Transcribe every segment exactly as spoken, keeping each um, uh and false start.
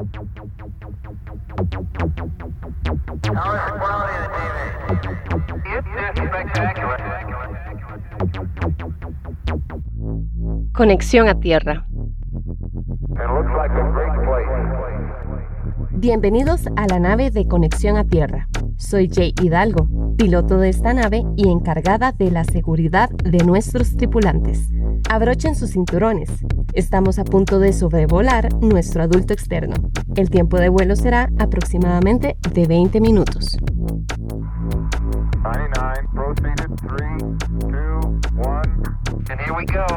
How is the quality of the T V? It's just spectacular. Conexión a Tierra. It looks like a great place. Bienvenidos a la nave de Conexión a Tierra. Soy Jay Hidalgo, piloto de esta nave y encargada de la seguridad de nuestros tripulantes. Abrochen sus cinturones. Estamos a punto de sobrevolar nuestro adulto externo. El tiempo de vuelo será aproximadamente de veinte minutos. ninety-nine, proceeded, three, two, one, and here we go.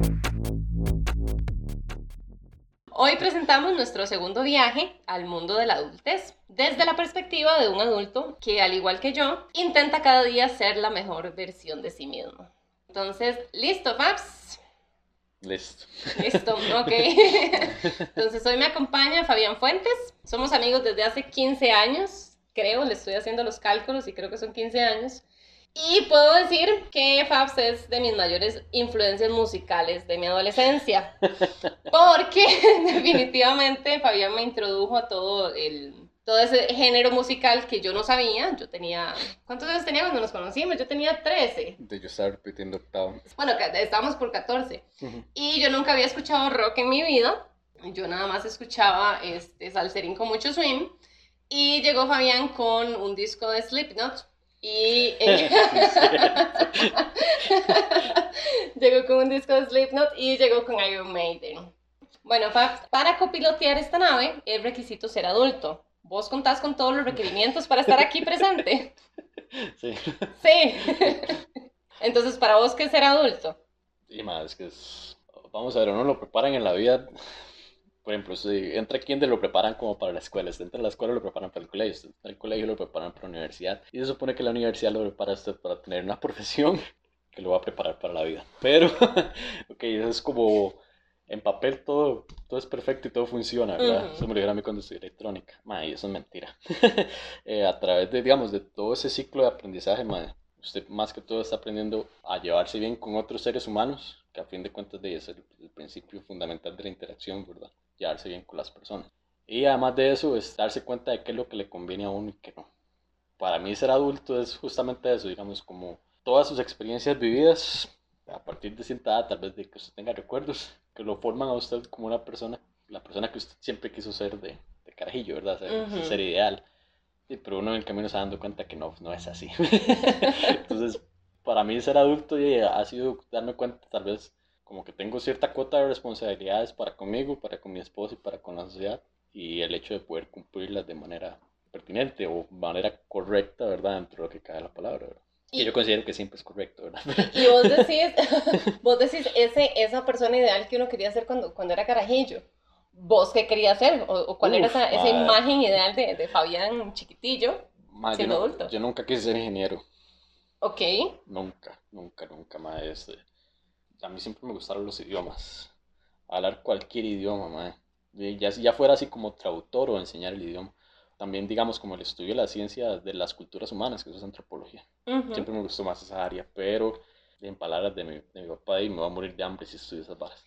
Hoy presentamos nuestro segundo viaje al mundo de la adultez, desde la perspectiva de un adulto que, al igual que yo, intenta cada día ser la mejor versión de sí mismo. Entonces, ¿listo, Fabs? Listo. Listo, ok. Entonces, hoy me acompaña Fabián Fuentes. Somos amigos desde hace quince años, creo, le estoy haciendo los cálculos y creo que son quince años. Y puedo decir que Fabs es de mis mayores influencias musicales de mi adolescencia. Porque definitivamente Fabián me introdujo a todo, el, todo ese género musical que yo no sabía. Yo tenía... ¿Cuántos años tenía cuando nos conocimos? Yo tenía trece. De yo estar repitiendo octavo. Bueno, estábamos por catorce. Uh-huh. Y yo nunca había escuchado rock en mi vida. Yo nada más escuchaba este, salserín con mucho swing. Y llegó Fabián con un disco de Slipknot. Y eh, llegó con un disco de Slipknot y llegó con Iron Maiden. Bueno, Fabs, para copilotear esta nave es requisito ser adulto. ¿Vos contás con todos los requerimientos para estar aquí presente? Sí. Sí. Entonces, ¿para vos qué es ser adulto? Y más, es que es... Vamos a ver, uno lo preparan en la vida. Por ejemplo, si entra kinder lo preparan como para la escuela, si entra a la escuela lo preparan para el colegio, si entra al colegio lo preparan para la universidad. Y se supone que la universidad lo prepara a usted para tener una profesión que lo va a preparar para la vida. Pero, ok, eso es como... En papel todo, todo es perfecto y todo funciona, ¿verdad? Uh-huh. Eso me lo dijeron a mí cuando estudié electrónica. Madre, eso es mentira. eh, a través de, digamos, de todo ese ciclo de aprendizaje, madre, usted más que todo está aprendiendo a llevarse bien con otros seres humanos, que a fin de cuentas de es el, el principio fundamental de la interacción, ¿verdad? Llevarse bien con las personas. Y además de eso, es darse cuenta de qué es lo que le conviene a uno y qué no. Para mí ser adulto es justamente eso, digamos, como todas sus experiencias vividas, a partir de cierta edad, tal vez de que usted tenga recuerdos, que lo forman a usted como una persona, la persona que usted siempre quiso ser de, de carajillo, ¿verdad? Ser, Uh-huh. ser ideal. Sí, pero uno en el camino se va dando cuenta que no, no es así. Entonces, para mí ser adulto ha sido darme cuenta, tal vez, como que tengo cierta cuota de responsabilidades para conmigo, para con mi esposo y para con la sociedad, y el hecho de poder cumplirlas de manera pertinente o manera correcta, ¿verdad? Dentro de lo que cae la palabra, ¿verdad? Y yo considero que siempre es correcto, ¿verdad? Y vos decís, vos decís ese, esa persona ideal que uno quería ser cuando, cuando era carajillo. ¿Vos qué querías ser? ¿O, o cuál Uf, era esa, esa madre. imagen ideal de, de Fabián chiquitillo, Ma, siendo yo, no, adulto? yo nunca quise ser ingeniero. Ok. Nunca, nunca, nunca, ma. Este, a mí siempre me gustaron los idiomas. Hablar cualquier idioma, ma. Ya, ya fuera así como traductor o enseñar el idioma. También, digamos, como el estudio de la ciencia de las culturas humanas, que eso es antropología. Uh-huh. Siempre me gustó más esa área, pero en palabras de mi, de mi papá, y me va a morir de hambre si estudio esas varas.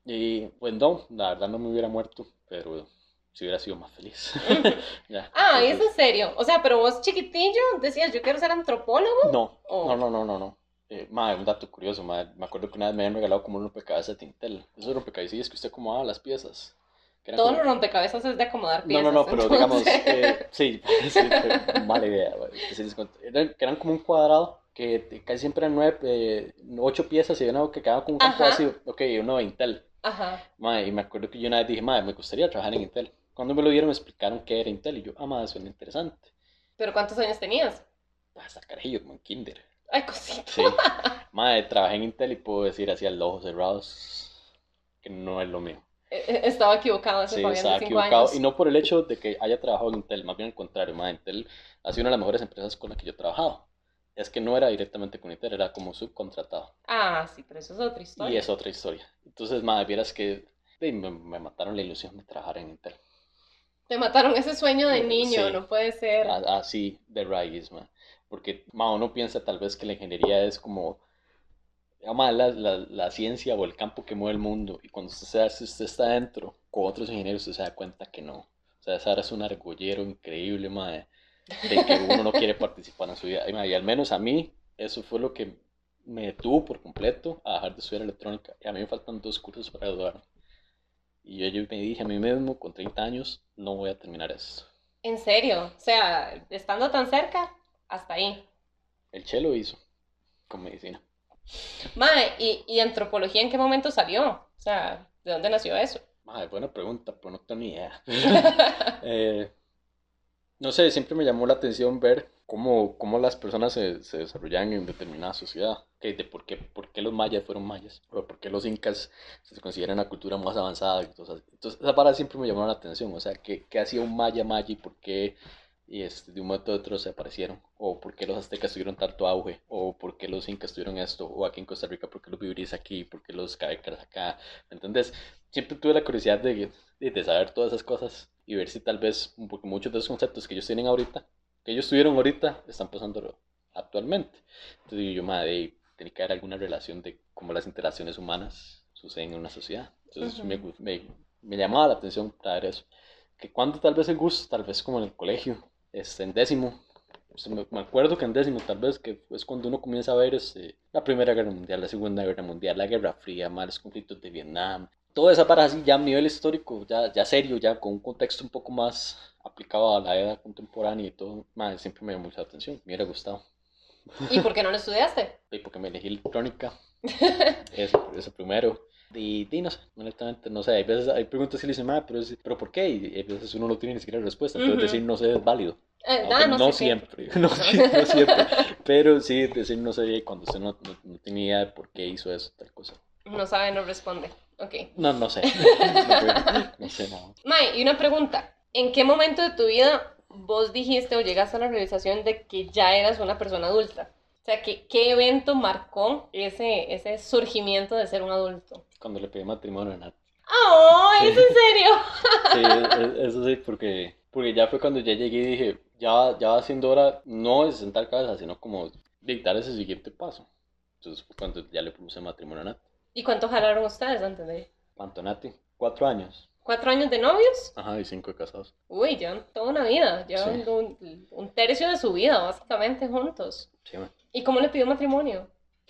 Y pues no, la verdad no me hubiera muerto, pero si hubiera sido más feliz. Uh-huh. Ya, Ah, entonces, ¿es en serio? O sea, pero vos chiquitillo decías, yo quiero ser antropólogo. no, Oh. no, no, no, no, no. Eh, madre, un dato curioso, madre. Me acuerdo que una vez me habían regalado como un rompecabezas de Tintel. Esos rompecabezas que usted acomodaba las piezas. Que eran Todos como... los rompecabezas es de acomodar No, piezas. no, no, pero entonces... digamos, eh, sí, sí, pero mala idea, güey. Que sí les conté. Eran, que eran como un cuadrado, que te- casi siempre eran nueve, eh, ocho piezas y uno que quedaba con un campo Ajá. vacío. Ok, uno de Intel. Ajá. Madre, y me acuerdo que yo una vez dije, madre, me gustaría trabajar en Intel. Cuando me lo dieron me explicaron qué era Intel y yo, ah, madre, suena interesante. ¿Pero cuántos años tenías? Para estar carajillo, como en kinder. Ay, cosita. Sí. Madre, trabajé en Intel y puedo decir así a los ojos cerrados que no es lo mío. Estaba equivocado ese Sí, Fabián estaba de cinco equivocado. años. Y no por el hecho de que haya trabajado en Intel, más bien al contrario, madre, Intel ha sido una de las mejores empresas con las que yo he trabajado. Es que no era directamente con Intel, era como subcontratado. Ah, sí, pero eso es otra historia. Y es otra historia. Entonces, madre, vieras que sí, me, me mataron la ilusión de trabajar en Intel. Te mataron ese sueño de niño, Sí. no puede ser. Así de raíz, man. Porque ma, uno piensa tal vez que la ingeniería es como ma, la, la, la ciencia o el campo que mueve el mundo. Y cuando usted, se, si usted está dentro con otros ingenieros, usted se da cuenta que no. O sea, Sara es un argollero increíble, mae, de que uno no quiere participar en su vida. Y, mae, y al menos a mí, eso fue lo que me detuvo por completo a dejar de estudiar electrónica. Y a mí me faltan dos cursos para graduarme. Y yo, yo me dije a mí mismo, con treinta años, no voy a terminar esto. En serio, o sea, estando tan cerca, hasta ahí. El Che lo hizo con medicina. Mae, ¿y, y antropología en qué momento salió? O sea, ¿de dónde nació eso? Mae, buena pregunta, pero no tengo ni idea. Eh, no sé, siempre me llamó la atención ver cómo, cómo las personas se, se desarrollan en determinada sociedad. Okay, de por qué, por qué los mayas fueron mayas, o por qué los incas se consideran la cultura más avanzada. Entonces, entonces esa para siempre me llamó la atención. O sea, ¿qué, qué hacía un maya maya y por qué y este, de un momento a otro se aparecieron? O por qué los aztecas tuvieron tanto auge, o por qué los incas tuvieron esto, o aquí en Costa Rica, por qué los vibrís aquí, por qué los cabecas acá. ¿Me entendés? Siempre tuve la curiosidad de, de, de saber todas esas cosas y ver si tal vez, porque muchos de esos conceptos que ellos tienen ahorita, que ellos tuvieron ahorita, están pasando actualmente. Entonces digo yo, madre, tiene que haber alguna relación de cómo las interacciones humanas suceden en una sociedad. Entonces Ujú. me, me, me llamaba la atención traer eso. Que cuando tal vez el gusto, tal vez como en el colegio, este, en décimo, o sea, me, me acuerdo que en décimo tal vez que es cuando uno comienza a ver este, la Primera Guerra Mundial, la Segunda Guerra Mundial, la Guerra Fría, malos conflictos de Vietnam, toda esa para así ya a nivel histórico, ya, ya serio, ya con un contexto un poco más aplicado a la edad contemporánea y todo, madre, siempre me llamó mucha atención, me hubiera gustado. ¿Y por qué no lo estudiaste? Y porque me elegí electrónica, eso, eso primero. Y, y no sé, honestamente, no sé, hay veces hay preguntas que le dicen, ah, pero, es- pero ¿por qué? Y hay veces uno no tiene ni siquiera respuesta, entonces Ujú. decir no sé es válido. Eh, Aunque ah, no, no sí, sí. siempre, no, si- no siempre, pero sí decir no sé cuando usted no, no, no tenía idea de por qué hizo eso, tal cosa. No sabe, no responde. Ok. No, no sé, no, no sé nada. Mae, y una pregunta. ¿En qué momento de tu vida vos dijiste o llegaste a la realización de que ya eras una persona adulta? O sea, ¿qué, qué evento marcó ese, ese surgimiento de ser un adulto? Cuando le pedí matrimonio a Nat. ¡Oh! Sí, ¿Es en serio? sí, e- eso sí, porque, porque ya fue cuando ya llegué y dije, ya, ya va siendo hora, no de sentar cabeza, sino como de dar ese siguiente paso. Entonces fue cuando ya le puse matrimonio a Nat. ¿Y cuánto jalaron ustedes antes de ir? ¿Cuánto, Nati? Cuatro años. ¿Cuatro años de novios? Ajá, y cinco de casados. Uy, llevan toda una vida. Sí, Llevan un, un tercio de su vida, básicamente, juntos. sí, man. ¿Y cómo le pidió matrimonio?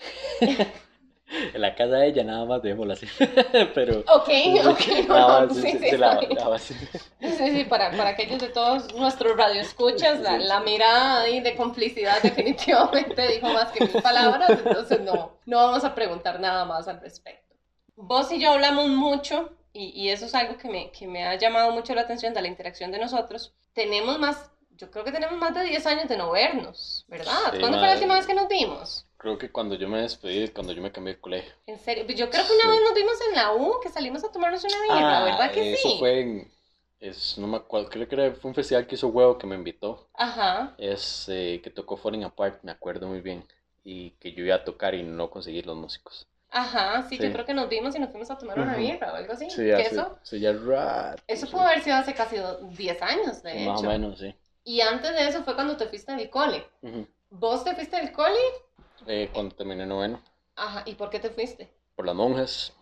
En la casa de ella nada más démosla así. Pero Ok, sí, ok, no, nada no, más, sí, sí, sí, sí, se está la, bien. la base. Sí, sí, para, para aquellos de todos nuestros radioescuchas, la, Sí, la sí. mirada ahí de complicidad definitivamente dijo más que mil palabras, entonces no, no vamos a preguntar nada más al respecto. Vos y yo hablamos mucho, y, y eso es algo que me, que me ha llamado mucho la atención de la interacción de nosotros. Tenemos más, yo creo que tenemos más de diez años de no vernos, ¿verdad? Sí, ¿Cuándo fue la última madre. vez que nos vimos? Creo que cuando yo me despedí, cuando yo me cambié de colegio. En serio, yo creo que una Sí. vez nos vimos en la U, que salimos a tomarnos una birra, Ah, ¿verdad que eso sí? fue en. Es, no me acuerdo, creo que era- fue un festival que hizo Huevo que me invitó. Ajá, Es eh, que tocó Falling Apart, me acuerdo muy bien. Y que yo iba a tocar y no conseguí los músicos. ajá, sí, yo Sí. creo que nos vimos y nos fuimos a tomar una Ujú. birra o algo así. Sí, ¿Qué hace, eso? sí, ya rato, Eso sí. pudo haber sido hace casi do- diez años, Sí, de más o hecho. menos, sí. Y antes de eso fue cuando te fuiste del cole. Ujú. ¿Vos te fuiste del cole? Eh, cuando terminé noveno, Ajá, ¿y por qué te fuiste? por las monjas,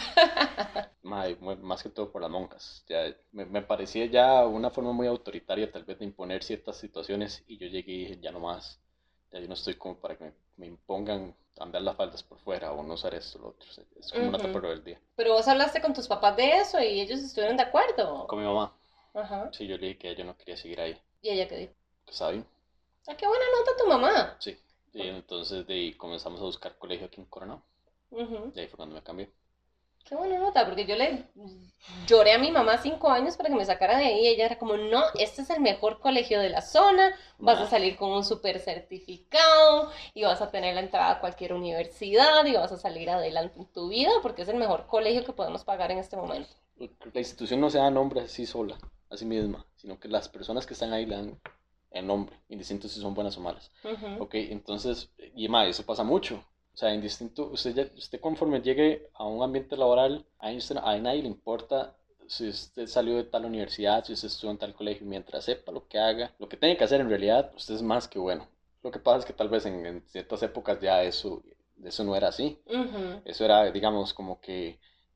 mae, mu- más que todo por las monjas. Ya, me, me parecía ya una forma muy autoritaria tal vez de imponer ciertas situaciones y yo llegué y dije, ya no más, ya yo no estoy como para que me, me impongan andar las faldas por fuera o no usar esto o lo otro. O sea, es como una etapa Ujú. de rebeldía. Pero vos hablaste con tus papás de eso y ellos estuvieron de acuerdo. Con mi mamá, Ajá. sí, yo le dije que yo no quería seguir ahí, ¿Y ella qué dijo? que estaba bien, Ah, qué buena nota tu mamá. sí. Y entonces de ahí comenzamos a buscar colegio aquí en Coronado, Ujú. de ahí fue cuando me cambié. Qué buena nota, porque yo le lloré a mi mamá cinco años para que me sacara de ahí. Ella era como, no, este es el mejor colegio de la zona, vas a Mae, salir con un super certificado y vas a tener la entrada a cualquier universidad y vas a salir adelante en tu vida porque es el mejor colegio que podemos pagar en este momento. la institución no se da nombre así sola, a sí misma, sino que las personas que están ahí le dan el nombre, indistinto si son buenas o malas. Ujú. Ok, entonces, y más, eso pasa mucho. O sea, indistinto, usted, ya- usted conforme llegue a un ambiente laboral, a, usted- a nadie le importa si usted salió de tal universidad, si usted estuvo en tal colegio, mientras sepa lo que haga, lo que tiene que hacer en realidad, usted es más que bueno. Lo que pasa es que tal vez en, en ciertas épocas ya eso, eso no era así. Ujú. Eso era, digamos, como que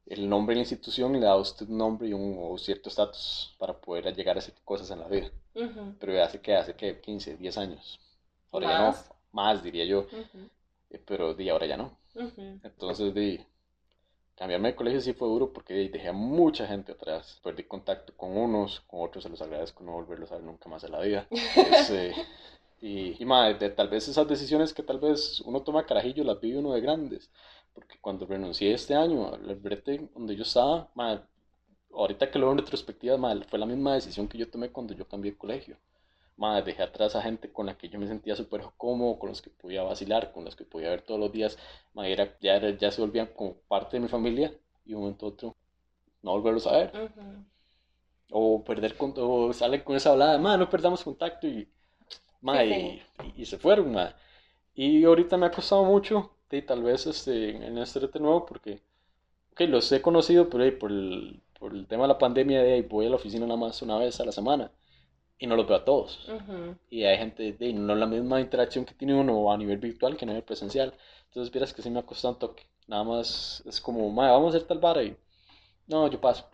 el nombre de la institución le da a usted un nombre y un o cierto estatus para poder llegar a hacer cosas en la vida. Ujú. Pero hace que, hace que quince, diez años. Ahora ya no, Más. más diría yo, Ujú. eh, pero di, ahora ya no. Ujú. Entonces, di, cambiarme de colegio sí fue duro porque di, dejé a mucha gente atrás. Perdí contacto con unos, con otros se los agradezco no volverlos a ver nunca más en la vida. Es, eh, y, y ma, de, tal vez esas decisiones que tal vez uno toma carajillo las vive uno de grandes. Porque cuando renuncié este año al brete donde yo estaba, ma, ahorita que lo veo en retrospectiva, ma, fue la misma decisión que yo tomé cuando yo cambié de colegio. Ma, dejé atrás a gente con la que yo me sentía súper cómodo, con los que podía vacilar, con los que podía ver todos los días. Ma, era- ya, era- ya se volvían como parte de mi familia y de un momento a otro no volverlos a ver. Ujú. O perder con, o salen con esa hablada, ma, no perdamos contacto y, ma, Sí, y, sí. y- y se fueron, ma. Y ahorita me ha costado mucho, y tal vez este, en este reto nuevo, porque, ok, los he conocido, pero eh, por el, por el tema de la pandemia, eh, voy a la oficina nada más una vez a la semana y no los veo a todos. Ujú. Y hay gente, de, no es la misma interacción que tiene uno a nivel virtual que a nivel presencial. Entonces, vieras que sí me ha costado un toque. Nada más es como, "Ma, vamos a hacer tal vara", y no, yo paso.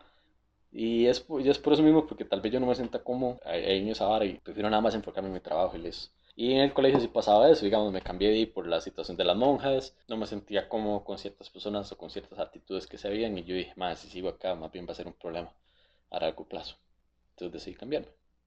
Y es, por- y es por eso mismo, porque tal vez yo no me sienta como ahí ahí en esa vara y prefiero nada más enfocarme en mi trabajo y listo. Y en el colegio sí pasaba eso, digamos, me cambié de ahí por la situación de las monjas, no me sentía cómodo con ciertas personas o con ciertas actitudes que se veían y yo dije, más si sigo acá, más bien va a ser un problema a largo plazo. Entonces decidí cambiarme,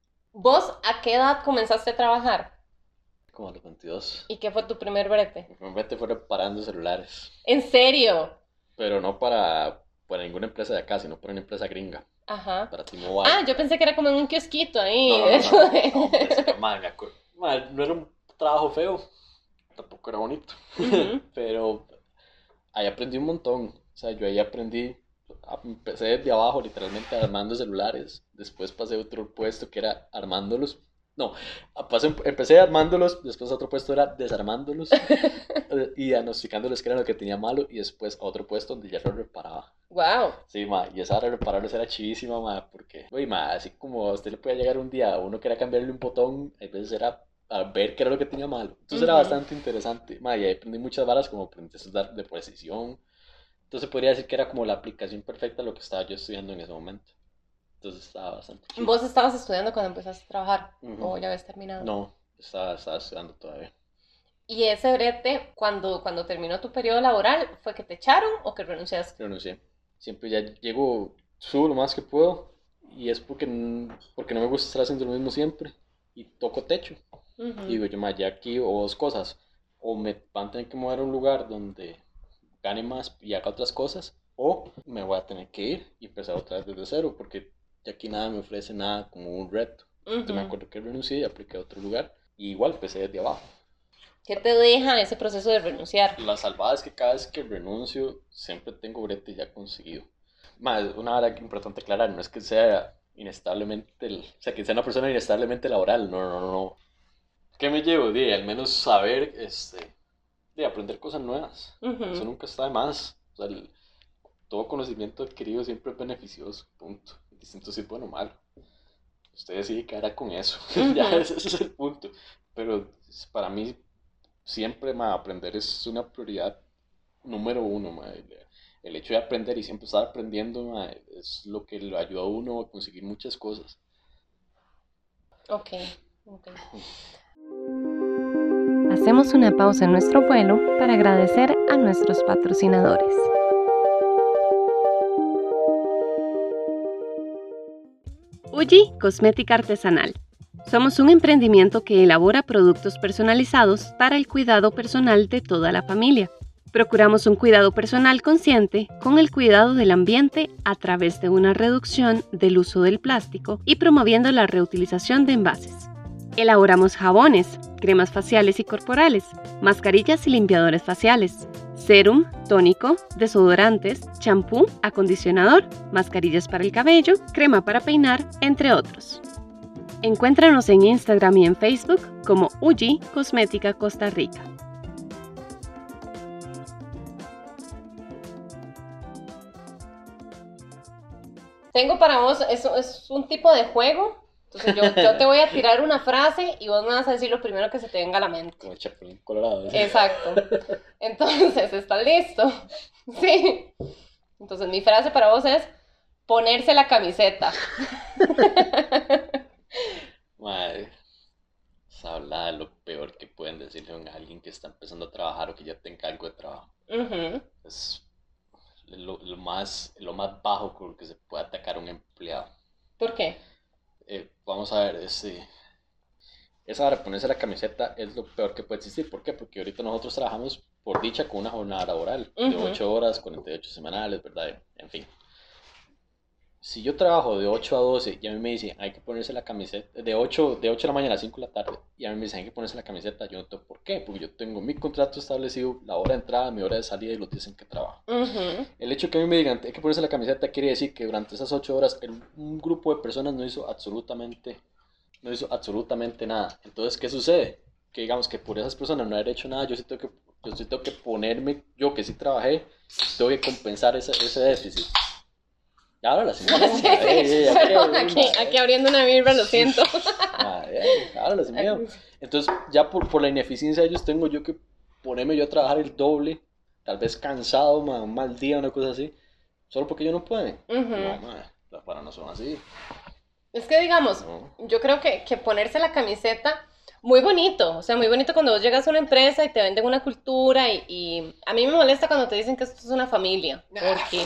¿Vos a qué edad comenzaste a trabajar? como a los veintidós. ¿Y qué fue tu primer brete? Mi primer vete fue reparando celulares, ¿En serio? pero no para, para ninguna empresa de acá, sino para una empresa gringa, Ajá. para T-Mobile. Ah, yo pensé que era como en un kiosquito ahí. No, no, de no, eso no, no, de- no, hombre, es que, madre, me acuerdo. Madre, no era un trabajo feo, tampoco era bonito, Ujú. pero ahí aprendí un montón. O sea, yo ahí aprendí, a- empecé desde abajo, literalmente armando celulares. Después pasé a otro puesto que era armándolos. No, a- pasé, empecé armándolos, después a otro puesto era desarmándolos eh, y diagnosticándoles qué era lo que tenía malo. Y después a otro puesto donde ya lo reparaba. Wow. Sí, ma, y esa hora de repararlos era chivísima, ma, porque, uy, ma, así como a usted le puede llegar un día, uno quería cambiarle un botón, a veces era a ver qué era lo que tenía malo. Entonces era Ujú. bastante interesante, ma, y ahí aprendí muchas varas como aprendizajes de de precisión. Entonces podría decir que era como la aplicación perfecta a lo que estaba yo estudiando en ese momento. Entonces estaba bastante chido. ¿Vos estabas estudiando cuando empezaste a trabajar? Ujú. ¿O ya habías terminado? No, estaba, estaba estudiando todavía. ¿Y ese brete, cuando, cuando terminó tu periodo laboral, fue que te echaron o que renunciaste? Renuncié. Siempre ya llego, subo lo más que puedo y es porque, n- porque no me gusta estar haciendo lo mismo siempre y toco techo. Y Ujú. digo yo, ma, ya aquí o dos cosas, o me van a tener que mover a un lugar donde gane más y haga otras cosas, o me voy a tener que ir y empezar otra vez desde cero, porque ya aquí nada me ofrece nada como un reto. Entonces me Ujú. acuerdo que renuncié y apliqué a otro lugar, y igual empecé desde abajo. ¿Qué te deja ese proceso de renunciar? La salvada es que cada vez que renuncio, siempre tengo brete ya conseguido. Más, una hora importante aclarar, no es que sea inestablemente, el- o sea, que sea una persona inestablemente laboral, no, no, no, no. ¿Qué me llevo? De al menos saber, este, de aprender cosas nuevas. Eso Ujú. nunca está de más. O sea, el- todo conocimiento adquirido siempre es beneficioso, punto. Distinto si es bueno o malo. Usted decide qué hará con eso. Ya Ujú. ese, ese es el punto. Pero es- para mí siempre ma, aprender es una prioridad número uno. Ma. El, el hecho de aprender y siempre estar aprendiendo ma, es lo que lo ayuda a uno a conseguir muchas cosas. Ok, ok. Hacemos una pausa en nuestro vuelo para agradecer a nuestros patrocinadores. Uji Cosmética Artesanal. Somos un emprendimiento que elabora productos personalizados para el cuidado personal de toda la familia. Procuramos un cuidado personal consciente con el cuidado del ambiente a través de una reducción del uso del plástico y promoviendo la reutilización de envases. Elaboramos jabones, cremas faciales y corporales, mascarillas y limpiadores faciales, serum, tónico, desodorantes, champú, acondicionador, mascarillas para el cabello, crema para peinar, entre otros. Encuéntranos en Instagram y en Facebook como Uji Cosmética Costa Rica. Tengo para vos, es, es un tipo de juego. Entonces yo, yo te voy a tirar una frase y vos me vas a decir lo primero que se te venga a la mente. Como el Chapulín Colorado. ¿Sí? Exacto. Entonces, ¿estás listo? Sí. Entonces, mi frase para vos es ponerse la camiseta. Madre, se habla de lo peor que pueden decirle a alguien que está empezando a trabajar o que ya tenga algo de trabajo. Ujú. Es lo, lo más, lo más bajo con lo que se puede atacar a un empleado. ¿Por qué? Eh, vamos a ver, ese, esa hora ponerse la camiseta es lo peor que puede existir. ¿Por qué? Porque ahorita nosotros trabajamos por dicha con una jornada laboral de Ujú. ocho horas, cuarenta y ocho semanales, ¿verdad? En fin. Si yo trabajo de ocho a doce y a mí me dicen hay que ponerse la camiseta, de ocho, de ocho de la mañana a cinco de la tarde, y a mí me dicen hay que ponerse la camiseta, yo no tengo por qué, porque yo tengo mi contrato establecido, la hora de entrada, mi hora de salida y los días en que trabajo. Ujú. El hecho que a mí me digan hay que ponerse la camiseta quiere decir que durante esas ocho horas el- un grupo de personas no hizo absolutamente, no hizo absolutamente nada. Entonces, ¿qué sucede? Que digamos que por esas personas no haber hecho nada, yo sí tengo que, yo sí tengo que ponerme, yo que sí trabajé, tengo que compensar ese, ese déficit. Ya ahora la señora. Sí, sí, perdón, aquí, aquí abriendo una birra, lo siento. Ahora sin miedo. Entonces, ya por, por la ineficiencia de ellos, tengo yo que ponerme yo a trabajar el doble, tal vez cansado, ma, un mal día, una cosa así, solo porque ellos no pueden. Ujú. No, ma, las para no son así. Es que digamos, No. yo creo que, que ponerse la camiseta, muy bonito, o sea, muy bonito cuando vos llegas a una empresa y te venden una cultura y, y a mí me molesta cuando te dicen que esto es una familia, porque,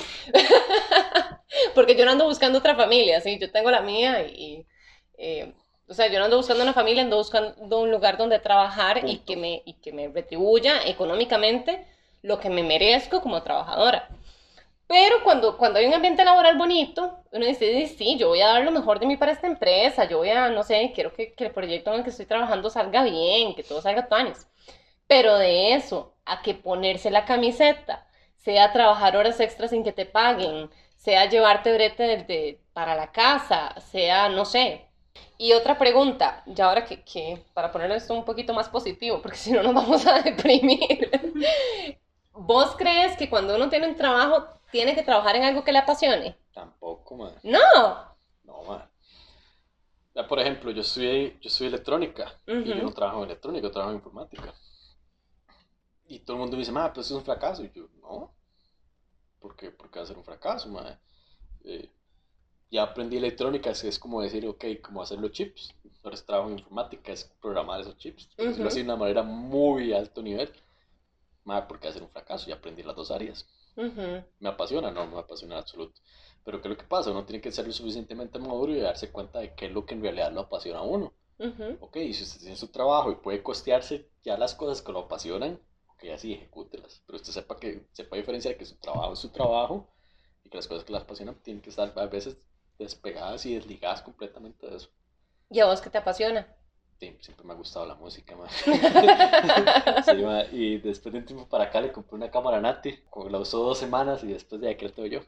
porque yo no ando buscando otra familia, ¿sí? Yo tengo la mía y, eh, o sea, yo no ando buscando una familia, ando buscando un lugar donde trabajar y Punto. que me, y que me retribuya económicamente lo que me merezco como trabajadora. Pero cuando, cuando hay un ambiente laboral bonito, uno dice, sí, sí, yo voy a dar lo mejor de mí para esta empresa, yo voy a, no sé, quiero que, que el proyecto en el que estoy trabajando salga bien, que todo salga tuanis. Pero de eso, a que ponerse la camiseta, sea trabajar horas extras sin que te paguen, sea llevarte brete de- de- para la casa, sea, no sé. Y otra pregunta, ya ahora que, que para poner esto un poquito más positivo, porque si no nos vamos a deprimir. ¿Vos crees que cuando uno tiene un trabajo, tiene que trabajar en algo que le apasione? Tampoco, ma. No. No, ma. Ya, por ejemplo, yo estudié, yo estudié electrónica y yo no Ujú. trabajo en electrónica, yo trabajo en informática. Y todo el mundo me dice, ma, pues eso es un fracaso. Y yo, no, ¿por qué? ¿Por qué va a ser un fracaso, ma? Eh, ya aprendí electrónica, es, es como decir, ok, cómo hacer los chips. Ahora trabajo en informática, es programar esos chips. Por decirlo así, Ujú. de una manera muy alto nivel. Ma, ¿por qué hacer un fracaso? Ya aprendí las dos áreas. Ujú. ¿Me apasiona? No, no me apasiona en absoluto. Pero ¿qué es lo que pasa? Uno tiene que ser lo suficientemente maduro y darse cuenta de qué es lo que en realidad lo apasiona a uno. Ujú. Ok, y si usted tiene su trabajo y puede costearse ya las cosas que lo apasionan, ok, así ejecútelas. Pero usted sepa que sepa diferenciar que su trabajo es su trabajo y que las cosas que las apasionan tienen que estar a veces despegadas y desligadas completamente de eso. ¿Y a vos qué te apasiona? Sí, siempre me ha gustado la música, ma. Sí, ma, y después de un tiempo para acá le compré una cámara Nati, como la usó dos semanas y después de ahí que la tengo yo.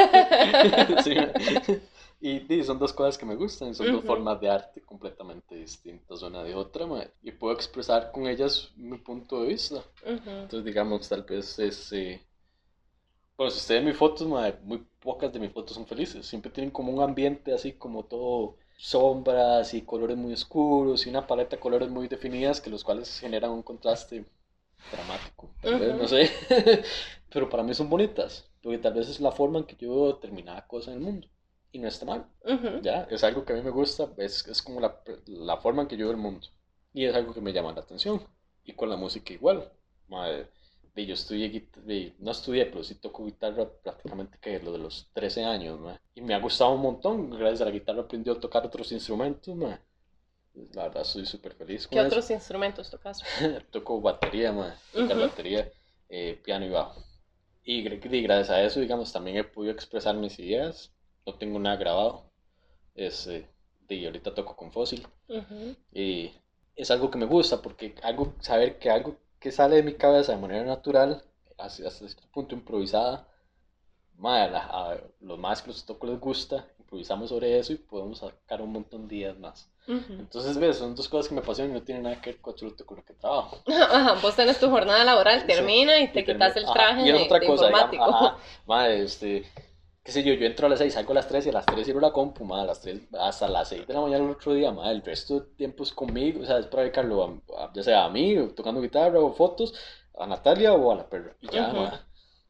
Sí, ma. Y, y son dos cosas que me gustan, son dos Ujú. formas de arte completamente distintas una de otra, ma, y puedo expresar con ellas mi punto de vista. Ujú. Entonces, digamos, tal vez es... eh, bueno, si ustedes ven mis fotos, ma, muy pocas de mis fotos son felices. Siempre tienen como un ambiente así como todo sombras y colores muy oscuros y una paleta de colores muy definidas que los cuales generan un contraste dramático, tal vez, no Ujú. sé. Pero para mí son bonitas, porque tal vez es la forma en que yo veo determinada cosa en el mundo. Y no está mal, Ujú. ¿ya? Es algo que a mí me gusta, es, es como la, la forma en que yo veo el mundo. Y es algo que me llama la atención. Y con la música igual. Madre, y yo estudié, guit- y no estudié, pero sí toco guitarra prácticamente que lo de los trece años, ma. Y me ha gustado un montón. Gracias a la guitarra aprendí a tocar otros instrumentos, ma. La verdad, soy súper feliz ¿Qué con eso. otros instrumentos tocas? Toco batería, ma. Tocar Ujú. batería, eh, piano y bajo. Y, gra- y gracias a eso, digamos, también he podido expresar mis ideas. No tengo nada grabado. Es, eh, y ahorita toco con Fósil. Ujú. Y es algo que me gusta porque algo, saber que algo que sale de mi cabeza de manera natural, hasta, hasta este punto improvisada, madre, a, la- a los más que los toco les gusta, improvisamos sobre eso y podemos sacar un montón de días más. Ujú. Entonces, ves, son dos cosas que me apasionan y no tienen nada que ver con absoluto con lo que trabajo. Ajá, vos tenés tu jornada laboral, Sí, termina y y te termino, quitas el ajá, traje y es de, otra de cosa, digamos, informático. ajá, madre, este, qué sé yo, yo entro a las seis, salgo a las tres y a las tres cierro la compu, madre, a las tres hasta las seis de la mañana el otro día, madre, el resto de tiempo es conmigo, o sea, es para dedicarlo a, a- ya sea a mí, o tocando guitarra o fotos, a Natalia o a la perra, y ya, Ujú. madre,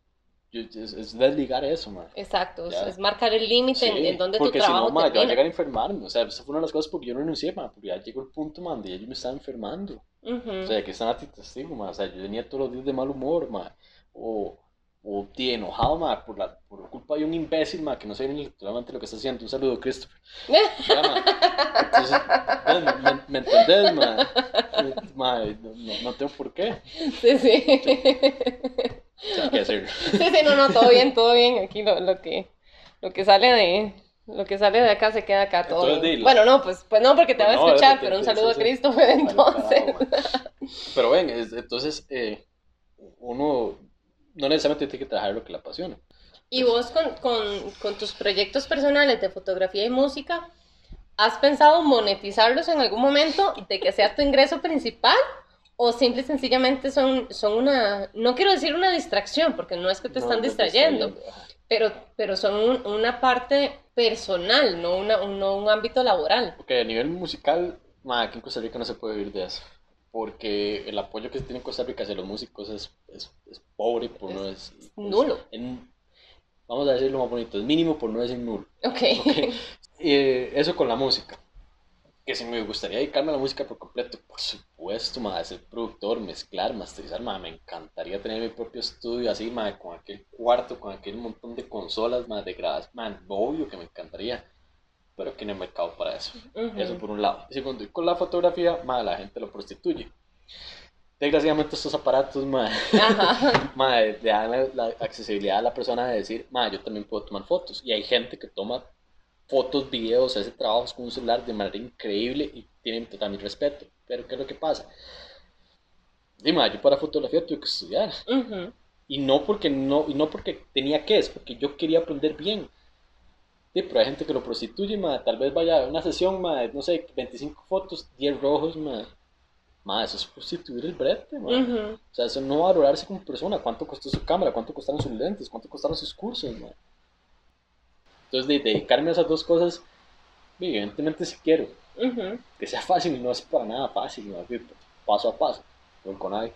yo, es, es desligar eso, ma. Exacto, Ya. es marcar el límite en, Sí, en donde tu porque si trabajo no, ma, yo voy a termina. llegar a enfermarme. O sea, esa fue una de las cosas porque yo no renuncié, ma, porque ya llegó el punto, man, de yo me estaba enfermando. Ujú. O sea, que están a ti testigo, ma. O sea, yo venía todos los días de mal humor, ma. O, o tío, enojado, ma, por, la, por culpa de un imbécil, ma, que no sé ni literalmente lo que está haciendo. Un saludo, Christopher. Ya, ma. Entonces, ¿ves? ¿me, me, me entendés, ma? Ma, no, no, no tengo por qué. Sí, sí. O sea, hay que hacerlo. Sí, sí, no, no, todo bien, todo bien. Aquí lo, lo que, lo que sale de, lo que sale de acá se queda acá, todo Entonces, bien. dilo. Bueno, no, pues, pues no, porque te Pues va a no, escuchar, te- pero un te- saludo sí, a sí. Christopher Vale, entonces. carajo, ma. Pero ven, es- entonces eh, uno no necesariamente tiene que trabajar lo que le apasiona. Y vos con, con, con tus proyectos personales de fotografía y música, ¿has pensado monetizarlos en algún momento de que sea tu ingreso principal? ¿O simple y sencillamente son, son una, no quiero decir una distracción, porque no es que te No, están no te distrayendo, distrayendo, ajá. pero, pero son un- una parte personal, no, una, un, no un ámbito laboral. Porque a nivel musical, ma, aquí en Costa Rica no se puede vivir de eso. Porque el apoyo que se tiene en Costa Rica hacia los músicos es, es, es pobre, por no Es decir. nulo. en- vamos a decirlo más bonito, es mínimo por no decir nulo. Ok. Ok. Eh, eso con la música. Que si me gustaría dedicarme a la música por completo, por supuesto, ma, ser productor, mezclar, masterizar, ma, me encantaría tener mi propio estudio así, ma, con aquel cuarto, con aquel montón de consolas, ma, de grabación, ma, obvio que me encantaría, pero que no hay mercado para eso. Ujú. Eso por un lado. Y segundo, y con la fotografía, ma, la gente lo prostituye. Desgraciadamente estos aparatos, ma, Ajá. ma, le dan la, la accesibilidad a la persona de decir, ma, yo también puedo tomar fotos. Y hay gente que toma fotos, videos, hace trabajos con un celular de manera increíble y tienen total mi respeto. Pero ¿qué es lo que pasa? Dime, yo para fotografía tuve que estudiar. Ujú. Y no porque no, y no porque tenía que, es porque yo quería aprender bien. Sí, pero hay gente que lo prostituye, ma, tal vez vaya a una sesión, ma, no sé, veinticinco fotos, diez rojos, ma. Ma, eso es prostituir el brete, ma. Ujú. O sea, eso no valorarse como persona. ¿Cuánto costó su cámara? ¿Cuánto costaron sus lentes? ¿Cuánto costaron sus cursos, ma? Entonces, de dedicarme a esas dos cosas, evidentemente sí quiero. Ujú. Que sea fácil, no es para nada fácil, ¿no? Así, paso a paso, con Conade.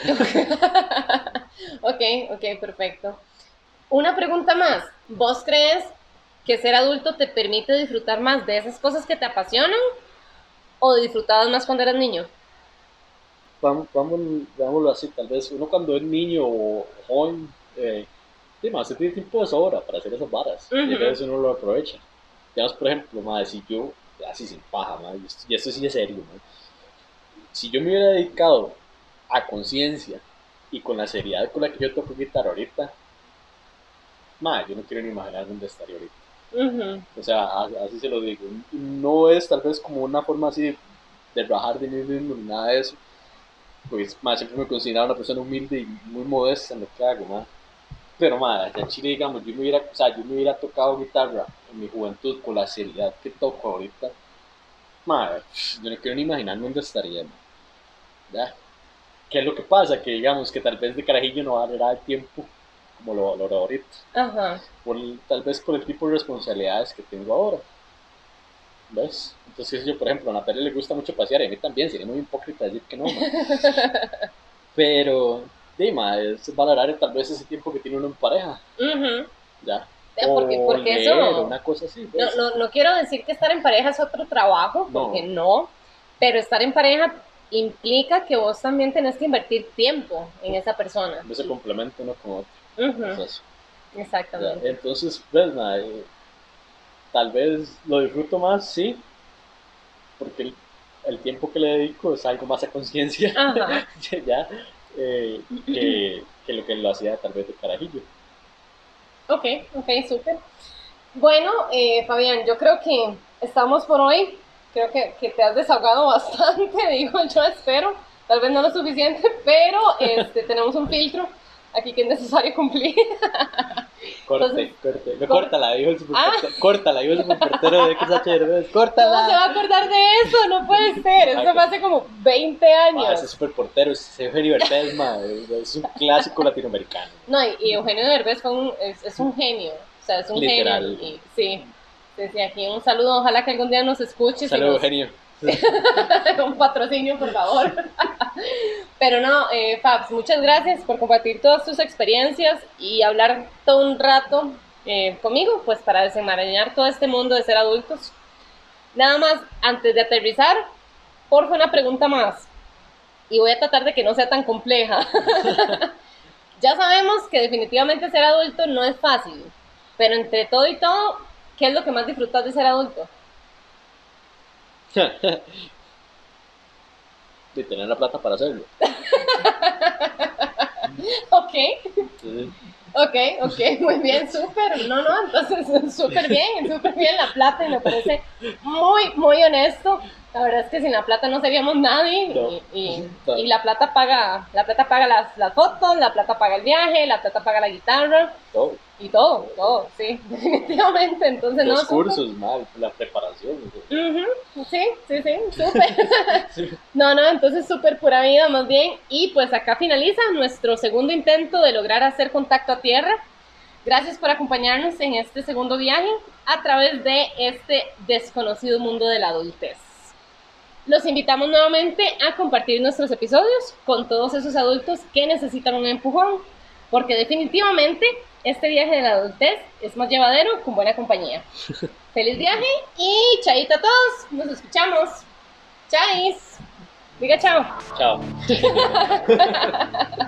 Ok, ok, perfecto. Una pregunta más. ¿Vos crees que ser adulto te permite disfrutar más de esas cosas que te apasionan o disfrutabas más cuando eras niño? Vamos, vamos, veámoslo así, tal vez uno cuando es niño o joven, eh, sí, ma, usted tiene tiempo de sobra para hacer esas varas, Ujú. y a veces uno lo aprovecha. Digamos, por ejemplo, ma, si yo, así sin paja, ma, y esto, y esto sí es serio, ma, si yo me hubiera dedicado a conciencia y con la seriedad con la que yo toco guitarra ahorita, ma, yo no quiero ni imaginar dónde estaría ahorita. Ujú. O sea, a- así se lo digo. No es tal vez como una forma así de, de rajar de mí mismo ni nada de eso. Pues, ma, siempre me consideraba una persona humilde y muy modesta en lo que hago, ma. Pero, ma, allá en Chile, digamos, yo me hubiera, o sea, yo me hubiera tocado guitarra en mi juventud con la seriedad que toco ahorita. Ma, yo no quiero ni imaginar dónde estaría, ma. ¿Ya? ¿Qué es lo que pasa? Que, digamos, que tal vez de carajillo no valoraba el tiempo como lo valoro ahorita. Ajá. Por, el- tal vez por el tipo de responsabilidades que tengo ahora. ¿Ves? Entonces yo, por ejemplo, a Natalia le gusta mucho pasear y a mí también, sería muy hipócrita decir que no, ma. Pero, Dima, es valorar tal vez ese tiempo que tiene uno en pareja, Ujú. ¿ya? Eh, porque- O porque leer, eso- una cosa así, No, ¿ves? no, no quiero decir que estar en pareja es otro trabajo, No. porque no, pero estar en pareja implica que vos también tenés que invertir tiempo en esa persona. Se complementa uno con otro. Ujú. Es eso, ¿ya? Exactamente. Entonces, ¿ves? Ma? Eh, tal vez lo disfruto más, sí, porque el, el tiempo que le dedico es algo más a conciencia, Ajá. ¿ya? Eh, que, que lo que lo hacía tal vez de carajillo. Ok, ok, súper. Bueno, eh, Fabián, yo creo que estamos por hoy. Creo que, que te has desahogado bastante, digo yo, espero. Tal vez no lo suficiente, pero este, tenemos un filtro aquí que es necesario cumplir. Corte, Entonces, corte. No, cor- córtala, dijo el superportero. Córtala, dijo el superportero de X H R. ¿Cómo se Córtala. va a acordar de eso? No puede ser. Eso fue hace como veinte años. Ah, ese superportero, ese Eugenio Derbez, ma, es un clásico latinoamericano. No, y, y Eugenio Derbez fue un, es, es un genio. O sea, es un Literal. genio. Y, sí. Desde aquí un saludo. Ojalá que algún día nos escuches. y Saludos, nos- Eugenio. un patrocinio, por favor. Pero no, eh, Fabs, muchas gracias por compartir todas tus experiencias y hablar todo un rato eh, conmigo, pues para desenmarañar todo este mundo de ser adultos. Nada más, antes de aterrizar, porfa, una pregunta más. Y voy a tratar de que no sea tan compleja. Ya sabemos que definitivamente ser adulto no es fácil, pero entre todo y todo, ¿qué es lo que más disfrutas de ser adulto? De tener la plata para hacerlo. Ok, Sí. ok, ok, muy bien, súper. No, no, entonces súper bien, súper bien la plata y me parece muy, muy honesto. La verdad es que sin la plata no seríamos nadie No. y, y, No. y la plata paga, la plata paga las, las fotos, la plata paga el viaje, la plata paga la guitarra Todo. y todo, todo, sí, definitivamente. Entonces, Los no, súper. cursos, mal, la preparación. Ujú, sí, sí, sí, súper. Sí. No, no, entonces súper pura vida más bien. Y pues acá finaliza nuestro segundo intento de lograr hacer contacto a tierra. Gracias por acompañarnos en este segundo viaje a través de este desconocido mundo de la adultez. Los invitamos nuevamente a compartir nuestros episodios con todos esos adultos que necesitan un empujón, porque definitivamente este viaje de la adultez es más llevadero con buena compañía. ¡Feliz viaje y chaito a todos! ¡Nos escuchamos! ¡Chais! Diga chao. Chao.